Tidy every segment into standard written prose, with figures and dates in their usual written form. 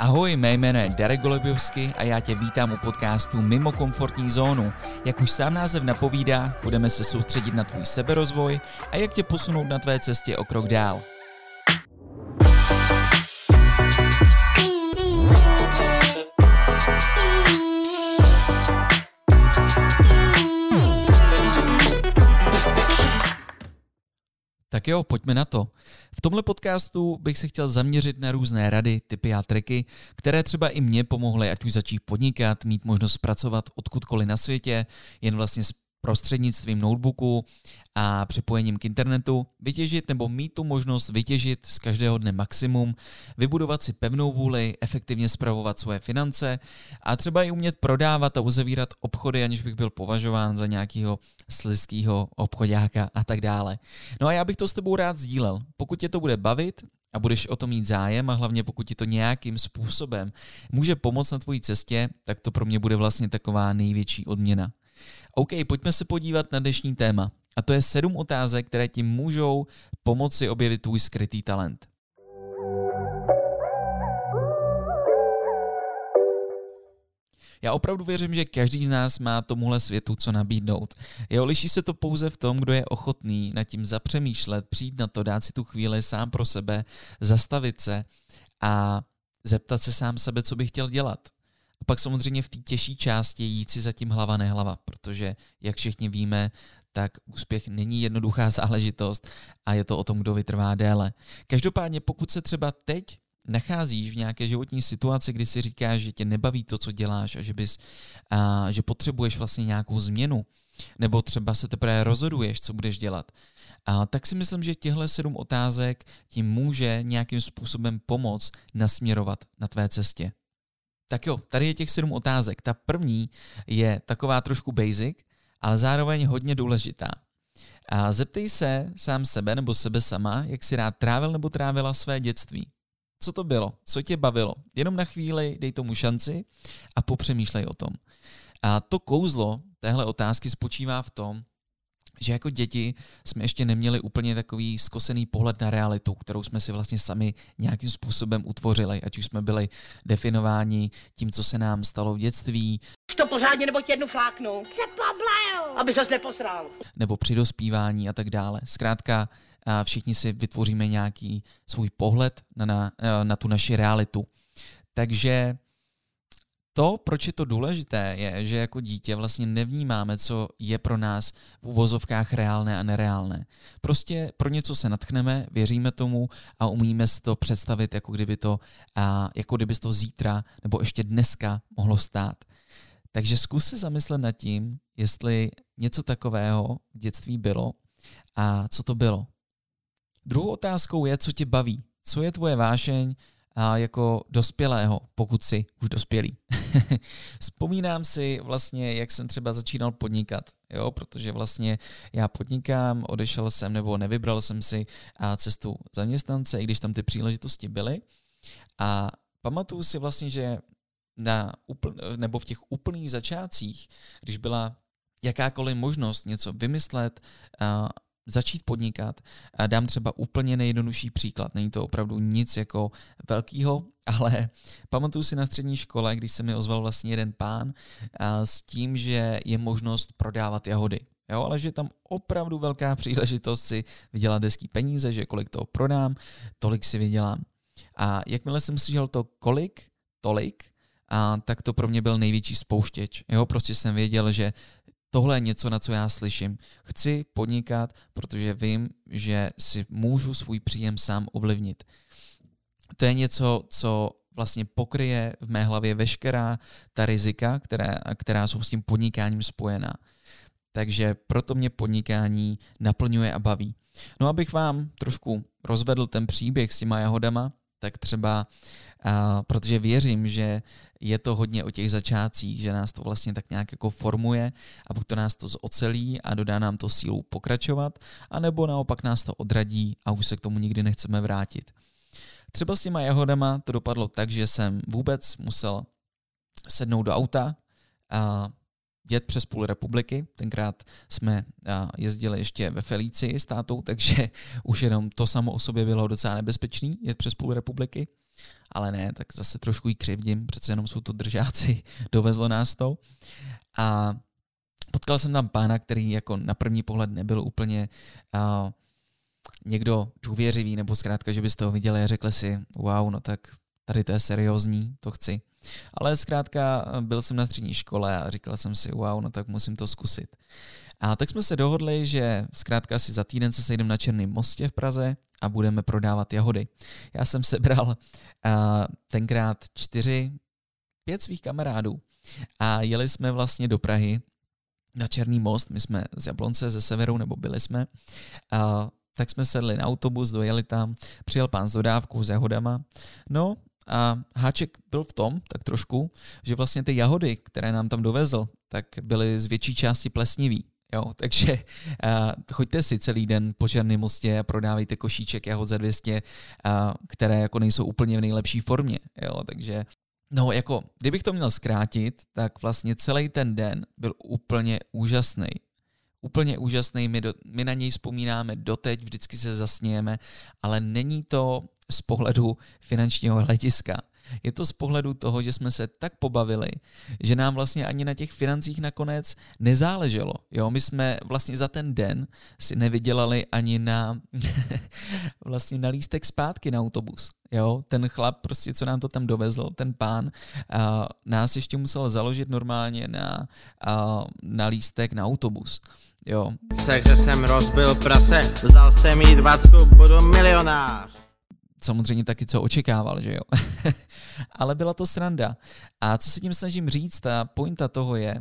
Ahoj, mé jméno je Darek Golubovský a já tě vítám u podcastu Mimo komfortní zónu. Jak už sám název napovídá, budeme se soustředit na tvůj seberozvoj a jak tě posunout na tvé cestě o krok dál. Tak jo, pojďme na to. V tomhle podcastu bych se chtěl zaměřit na různé rady, tipy a triky, které třeba i mě pomohly, ať už začít podnikat, mít možnost pracovat odkudkoliv na světě, jen vlastně s prostřednictvím notebooku a připojením k internetu, vytěžit nebo mít tu možnost vytěžit z každého dne maximum, vybudovat si pevnou vůli, efektivně spravovat svoje finance a třeba i umět prodávat a uzavírat obchody, aniž bych byl považován za nějakého slizkého obchodáka a tak dále. No a já bych to s tebou rád sdílel. Pokud tě to bude bavit a budeš o to mít zájem a hlavně pokud ti to nějakým způsobem může pomoct na tvojí cestě, tak to pro mě bude vlastně taková největší odměna. OK, pojďme se podívat na dnešní téma. A to je 7 otázek, které ti můžou pomoci objevit tvůj skrytý talent. Já opravdu věřím, že každý z nás má tomuhle světu co nabídnout. Liší se to pouze v tom, kdo je ochotný nad tím zapřemýšlet, přijít na to, dát si tu chvíli sám pro sebe, zastavit se a zeptat se sám sebe, co bych chtěl dělat. A pak samozřejmě v té těžší části jít si zatím hlava nehlava, protože jak všichni víme, tak úspěch není jednoduchá záležitost a je to o tom, kdo vytrvá déle. Každopádně pokud se třeba teď nacházíš v nějaké životní situaci, kdy si říkáš, že tě nebaví to, co děláš a že potřebuješ vlastně nějakou změnu, nebo třeba se teprve rozhoduješ, co budeš dělat, tak si myslím, že těchto 7 otázek ti může nějakým způsobem pomoct nasměrovat na tvé cestě. Tak jo, tady je těch 7 otázek. Ta první je taková trošku basic, ale zároveň hodně důležitá. A zeptej se sám sebe nebo sebe sama, jak si rád trávil nebo trávila své dětství. Co to bylo? Co tě bavilo? Jenom na chvíli dej tomu šanci a popřemýšlej o tom. A to kouzlo téhle otázky spočívá v tom, že jako děti jsme ještě neměli úplně takový zkosený pohled na realitu, kterou jsme si vlastně sami nějakým způsobem utvořili, ať už jsme byli definováni tím, co se nám stalo v dětství. To pořádně nebo tě jednu fláknu. Se poblaju. Aby ses neposral. Nebo při dospívání a tak dále. Zkrátka všichni si vytvoříme nějaký svůj pohled na tu naši realitu. Takže to, proč je to důležité, je, že jako dítě vlastně nevnímáme, co je pro nás v uvozovkách reálné a nereálné. Prostě pro něco se nadchneme, věříme tomu a umíme si to představit, jako kdyby to zítra nebo ještě dneska mohlo stát. Takže zkus se zamyslet nad tím, jestli něco takového v dětství bylo a co to bylo. Druhou otázkou je, co tě baví. Co je tvoje vášeň jako dospělého, pokud jsi už dospělý. Vzpomínám si vlastně, jak jsem třeba začínal podnikat, protože vlastně já podnikám, odešel jsem nebo nevybral jsem si cestu zaměstnance, i když tam ty příležitosti byly. A pamatuju si vlastně, že v těch úplných začátcích, když byla jakákoliv možnost něco vymyslet, začít podnikat. Dám třeba úplně nejjednodušší příklad. Není to opravdu nic jako velkýho, ale pamatuju si na střední škole, když se mi ozval vlastně jeden pán s tím, že je možnost prodávat jahody. Ale že je tam opravdu velká příležitost si vydělat hezký peníze, že kolik toho prodám, tolik si vydělám. A jakmile jsem slyšel to tolik, tak to pro mě byl největší spouštěč. Prostě jsem věděl, že tohle je něco, na co já slyším. Chci podnikat, protože vím, že si můžu svůj příjem sám ovlivnit. To je něco, co vlastně pokryje v mé hlavě veškerá ta rizika, která jsou s tím podnikáním spojená. Takže proto mě podnikání naplňuje a baví. No, abych vám trošku rozvedl ten příběh s těma jahodama, tak třeba, protože věřím, že je to hodně o těch začátcích, že nás to vlastně tak nějak jako formuje a buď to nás to zocelí a dodá nám to sílu pokračovat, anebo naopak nás to odradí a už se k tomu nikdy nechceme vrátit. Třeba s těma jahodama to dopadlo tak, že jsem vůbec musel sednout do auta a jet přes půl republiky. Tenkrát jsme jezdili ještě ve Felicii s tátou, takže už jenom to samo o sobě bylo docela nebezpečný, jet přes půl republiky. ale ne, tak zase trošku jí křivdím, přece jenom jsou to držáci, dovezlo nás to. A potkal jsem tam pána, který jako na první pohled nebyl úplně někdo důvěřivý, nebo zkrátka, že byste ho viděli a řekli si, wow, no tak tady to je seriózní, to chci. Ale zkrátka byl jsem na střední škole a říkal jsem si, wow, no tak musím to zkusit. A tak jsme se dohodli, že zkrátka asi za týden se sejdeme na Černém mostě v Praze a budeme prodávat jahody. Já jsem sebral tenkrát 5 svých kamarádů a jeli jsme vlastně do Prahy na Černý most, my jsme z Jablonce, ze severu, nebo byli jsme, tak jsme sedli na autobus, dojeli tam, přijel pán s dodávkou s jahodama, no a háček byl v tom, tak trošku, že vlastně ty jahody, které nám tam dovezl, tak byly z větší části plesnivý. Jo, takže choďte si celý den po Černém mostě a prodávejte košíček jahod za 200, které jako nejsou úplně v nejlepší formě. Jo, takže no jako, kdybych to měl zkrátit, tak vlastně celý ten den byl úplně úžasný. Úplně úžasný, my na něj vzpomínáme doteď, vždycky se zasmějeme, ale není to z pohledu finančního hlediska. Je to z pohledu toho, že jsme se tak pobavili, že nám vlastně ani na těch financích nakonec nezáleželo. Jo, my jsme vlastně za ten den si nevydělali ani na vlastně na lístek zpátky na autobus. Jo, ten chlap prostě, co nám to tam dovezl, ten pán, nás ještě musel založit normálně na lístek na autobus. Jo. Takže jsem rozbil prase, vzal jsem jí 20, budu milionář. Samozřejmě taky, co očekával, že jo. Ale byla to sranda. A co se tím snažím říct, ta pointa toho je,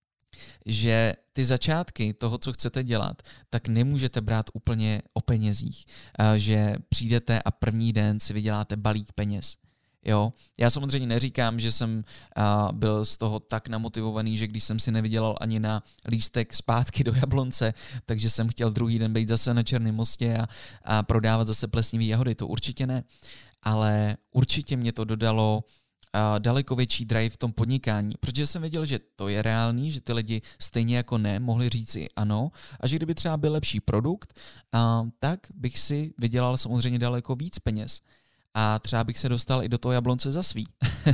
že ty začátky toho, co chcete dělat, tak nemůžete brát úplně o penězích. Že přijdete a první den si vyděláte balík peněz. Jo, já samozřejmě neříkám, že jsem byl z toho tak namotivovaný, že když jsem si nevydělal ani na lístek zpátky do Jablonce, takže jsem chtěl druhý den být zase na Černém mostě a prodávat zase plesnivý jahody, to určitě ne. Ale určitě mě to dodalo daleko větší drive v tom podnikání, protože jsem věděl, že to je reálný, že ty lidi stejně jako ne mohli říci ano a že kdyby třeba byl lepší produkt, tak bych si vydělal samozřejmě daleko víc peněz. A třeba bych se dostal i do toho Jablonce za svý.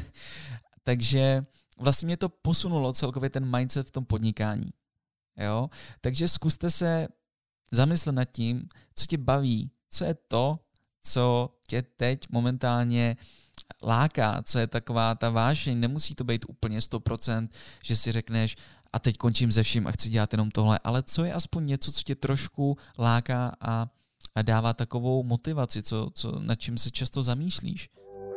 Takže vlastně mě to posunulo celkově ten mindset v tom podnikání. Jo? Takže zkuste se zamyslet nad tím, co tě baví, co je to, co tě teď momentálně láká, co je taková ta vášeň. Nemusí to být úplně 100%, že si řekneš a teď končím ze vším a chci dělat jenom tohle, ale co je aspoň něco, co tě trošku láká a dává takovou motivaci, nad čím se často zamýšlíš.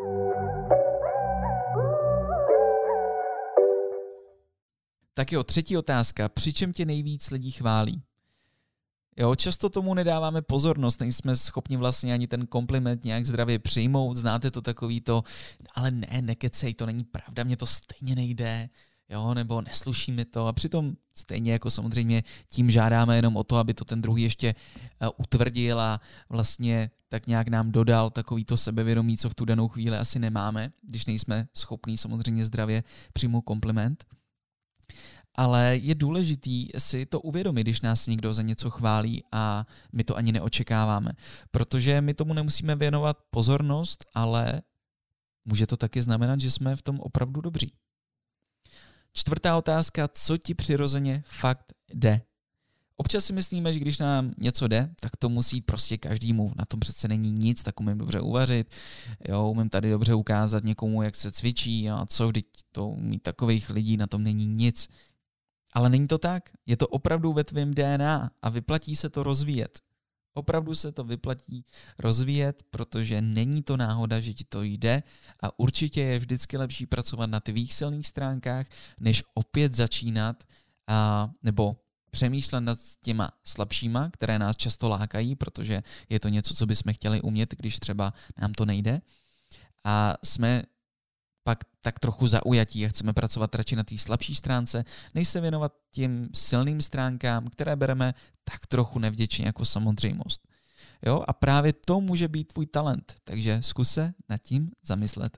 Tak jo, třetí otázka. Při čem tě nejvíc lidí chválí? Jo, často tomu nedáváme pozornost, nejsme schopni vlastně ani ten kompliment nějak zdravě přijmout. Znáte to takový to, ale ne, nekecej, to není pravda, mě to stejně nejde. Jo, nebo nesluší mi to a přitom stejně jako samozřejmě tím žádáme jenom o to, aby to ten druhý ještě utvrdil a vlastně tak nějak nám dodal takovýto sebevědomí, co v tu danou chvíli asi nemáme, když nejsme schopní samozřejmě zdravě přijmout kompliment. Ale je důležitý si to uvědomit, když nás někdo za něco chválí a my to ani neočekáváme, protože my tomu nemusíme věnovat pozornost, ale může to taky znamenat, že jsme v tom opravdu dobří. Čtvrtá otázka, co ti přirozeně fakt jde? Občas si myslíme, že když nám něco jde, tak to musí jít prostě každému. Na tom přece není nic, tak umím dobře uvařit, jo, umím tady dobře ukázat někomu, jak se cvičí, a co, vždyť to mít takových lidí, na tom není nic. Ale není to tak, je to opravdu ve tvém DNA a vyplatí se to rozvíjet. Opravdu se to vyplatí rozvíjet, protože není to náhoda, že ti to jde a určitě je vždycky lepší pracovat na tvých silných stránkách, než opět začínat nebo přemýšlet nad těma slabšíma, které nás často lákají, protože je to něco, co bychom chtěli umět, když třeba nám to nejde. A jsme pak tak trochu zaujatí a chceme pracovat radši na té slabší stránce, než se věnovat těm silným stránkám, které bereme tak trochu nevděčně jako samozřejmost. Jo? A právě to může být tvůj talent, takže zkus se nad tím zamyslet.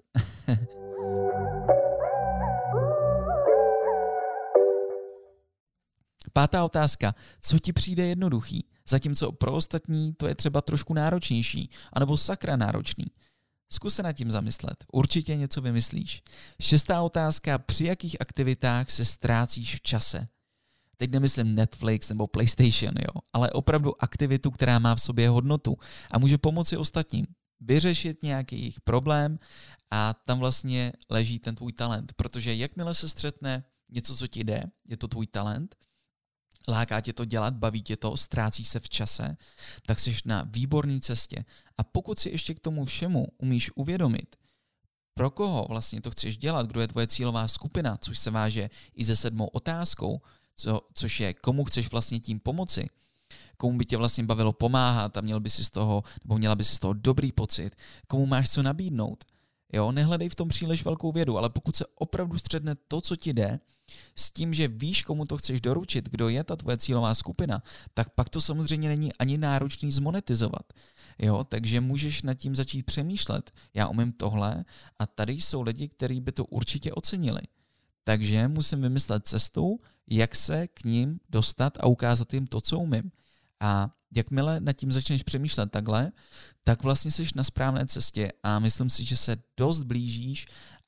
Pátá otázka. Co ti přijde jednoduchý? Zatímco pro ostatní to je třeba trošku náročnější, anebo sakra náročný. Zkus se nad tím zamyslet. Určitě něco vymyslíš. 6. otázka. Při jakých aktivitách se ztrácíš v čase? Teď nemyslím Netflix nebo PlayStation, jo, ale opravdu aktivitu, která má v sobě hodnotu a může pomoci ostatním. Vyřešit nějaký jejich problém a tam vlastně leží ten tvůj talent. Protože jakmile se střetne něco, co ti jde, je to tvůj talent, láká tě to dělat, baví tě to, ztrácíš se v čase, tak jsi na výborné cestě. A pokud si ještě k tomu všemu umíš uvědomit, pro koho vlastně to chceš dělat, kdo je tvoje cílová skupina, což se váže i se 7. otázkou, což je, komu chceš vlastně tím pomoci, komu by tě vlastně bavilo pomáhat a měla by si z toho dobrý pocit, komu máš co nabídnout. Jo, nehledej v tom příliš velkou vědu, ale pokud se opravdu střetne to, co ti jde, s tím, že víš, komu to chceš doručit, kdo je ta tvoje cílová skupina, tak pak to samozřejmě není ani náročný zmonetizovat. Jo, takže můžeš nad tím začít přemýšlet. Já umím tohle a tady jsou lidi, kteří by to určitě ocenili. Takže musím vymyslet cestu, jak se k ním dostat a ukázat jim to, co umím. A jakmile nad tím začneš přemýšlet takhle, tak vlastně jsi na správné cestě a myslím si, že se dost blížíš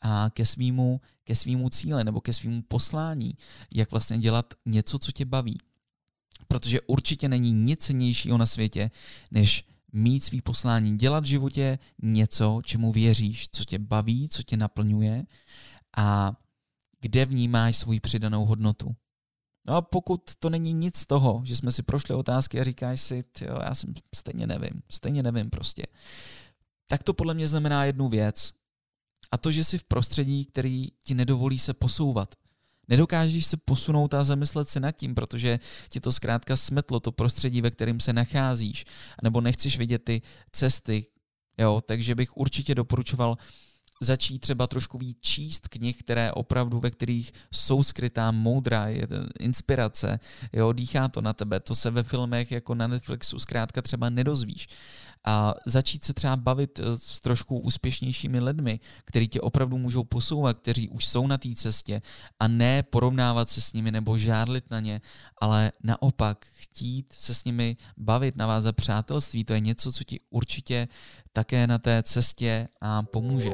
ke svýmu cíle nebo ke svýmu poslání, jak vlastně dělat něco, co tě baví. Protože určitě není nic cennějšího na světě, než mít svý poslání, dělat v životě něco, čemu věříš, co tě baví, co tě naplňuje a kde vnímáš svou přidanou hodnotu. No a pokud to není nic z toho, že jsme si prošli otázky a říkáš si, tyjo, já jsem stejně nevím prostě, tak to podle mě znamená jednu věc. A to, že jsi v prostředí, který ti nedovolí se posouvat. Nedokážeš se posunout a zamyslet se nad tím, protože ti to zkrátka smetlo, to prostředí, ve kterém se nacházíš, nebo nechceš vidět ty cesty. Jo, takže bych určitě doporučoval začít třeba trošku víc číst knih, ve kterých jsou skrytá moudra, je inspirace, jo, dýchá to na tebe, to se ve filmech jako na Netflixu zkrátka třeba nedozvíš. A začít se třeba bavit s trošku úspěšnějšími lidmi, kteří tě opravdu můžou posouvat, kteří už jsou na té cestě a ne porovnávat se s nimi nebo žádlit na ně, ale naopak chtít se s nimi bavit, navázat přátelství, to je něco, co ti určitě také na té cestě pomůže.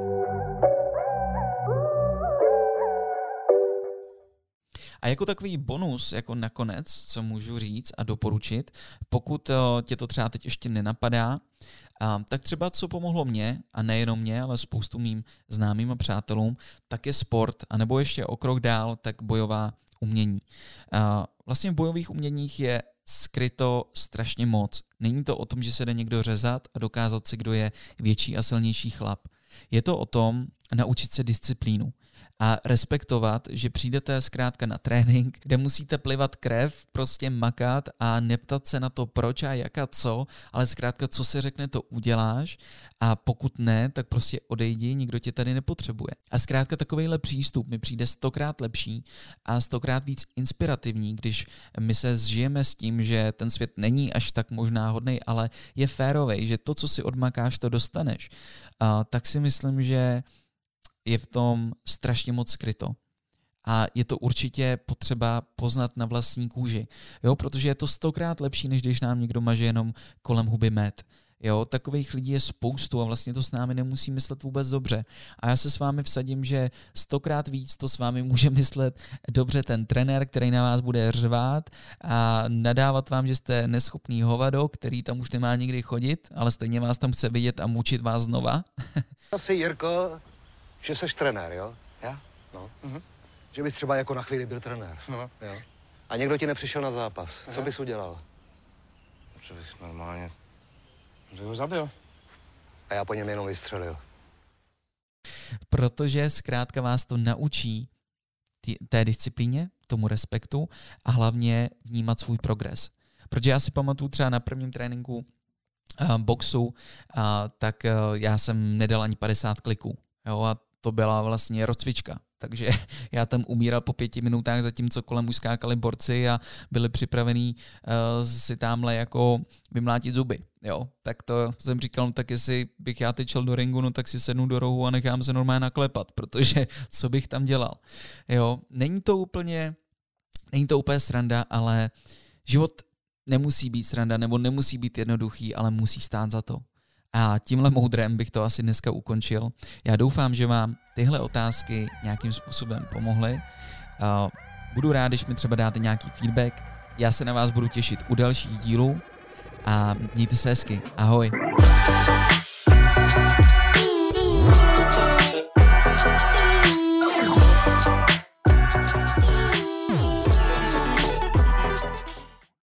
A jako takový bonus, jako nakonec, co můžu říct a doporučit, pokud tě to třeba teď ještě nenapadá, tak třeba co pomohlo mně, a nejenom mě, ale spoustu mým známým a přátelům, tak je sport, anebo ještě o krok dál, tak bojová umění. Vlastně v bojových uměních je skryto strašně moc. Není to o tom, že se jde někdo řezat a dokázat si, kdo je větší a silnější chlap. Je to o tom naučit se disciplínu a respektovat, že přijdete zkrátka na trénink, kde musíte plivat krev, prostě makat a neptat se na to proč a jak a co, ale zkrátka co se řekne, to uděláš a pokud ne, tak prostě odejdi, nikdo tě tady nepotřebuje. A zkrátka takovejhle přístup mi přijde 100krát lepší a 100krát víc inspirativní, když my se zžijeme s tím, že ten svět není až tak možná hodnej, ale je férovej, že to, co si odmakáš, to dostaneš. Tak si myslím, že je v tom strašně moc skryto. A je to určitě potřeba poznat na vlastní kůži. Jo, protože je to 100krát lepší, než když nám někdo maže jenom kolem huby med. Jo, takových lidí je spoustu a vlastně to s námi nemusí myslet vůbec dobře. A já se s vámi vsadím, že 100krát víc to s vámi může myslet dobře ten trenér, který na vás bude řvát a nadávat vám, že jste neschopný hovado, který tam už nemá nikdy chodit, ale stejně vás tam chce vidět a mučit vás znova. Asi, Jirko, že seš trenér, jo? Já? No. Že bys třeba jako na chvíli byl trenér. No. Jo. A někdo ti nepřišel na zápas. Co bys udělal? Že bych normálně... Že ho zabil. A já po něm jenom vystřelil. Protože zkrátka vás to naučí té disciplíně, tomu respektu a hlavně vnímat svůj progres. Protože já si pamatuju třeba na prvním tréninku boxu, tak já jsem nedal ani 50 kliků. Jo, a to byla vlastně rozcvička. Takže já tam umíral po 5 minutách, zatímco kolem už skákali borci a byli připravení si tamhle jako vymlátit zuby. Jo, tak to jsem říkal, no tak jestli bych já teď šel do ringu, no tak si sednu do rohu a nechám se normálně naklepat, protože co bych tam dělal. Jo, není to úplně sranda, ale život nemusí být sranda nebo nemusí být jednoduchý, ale musí stát za to. A tímhle moudrem bych to asi dneska ukončil. Já doufám, že vám tyhle otázky nějakým způsobem pomohly. Budu rád, když mi třeba dáte nějaký feedback. Já se na vás budu těšit u dalších dílů a mějte se hezky. Ahoj.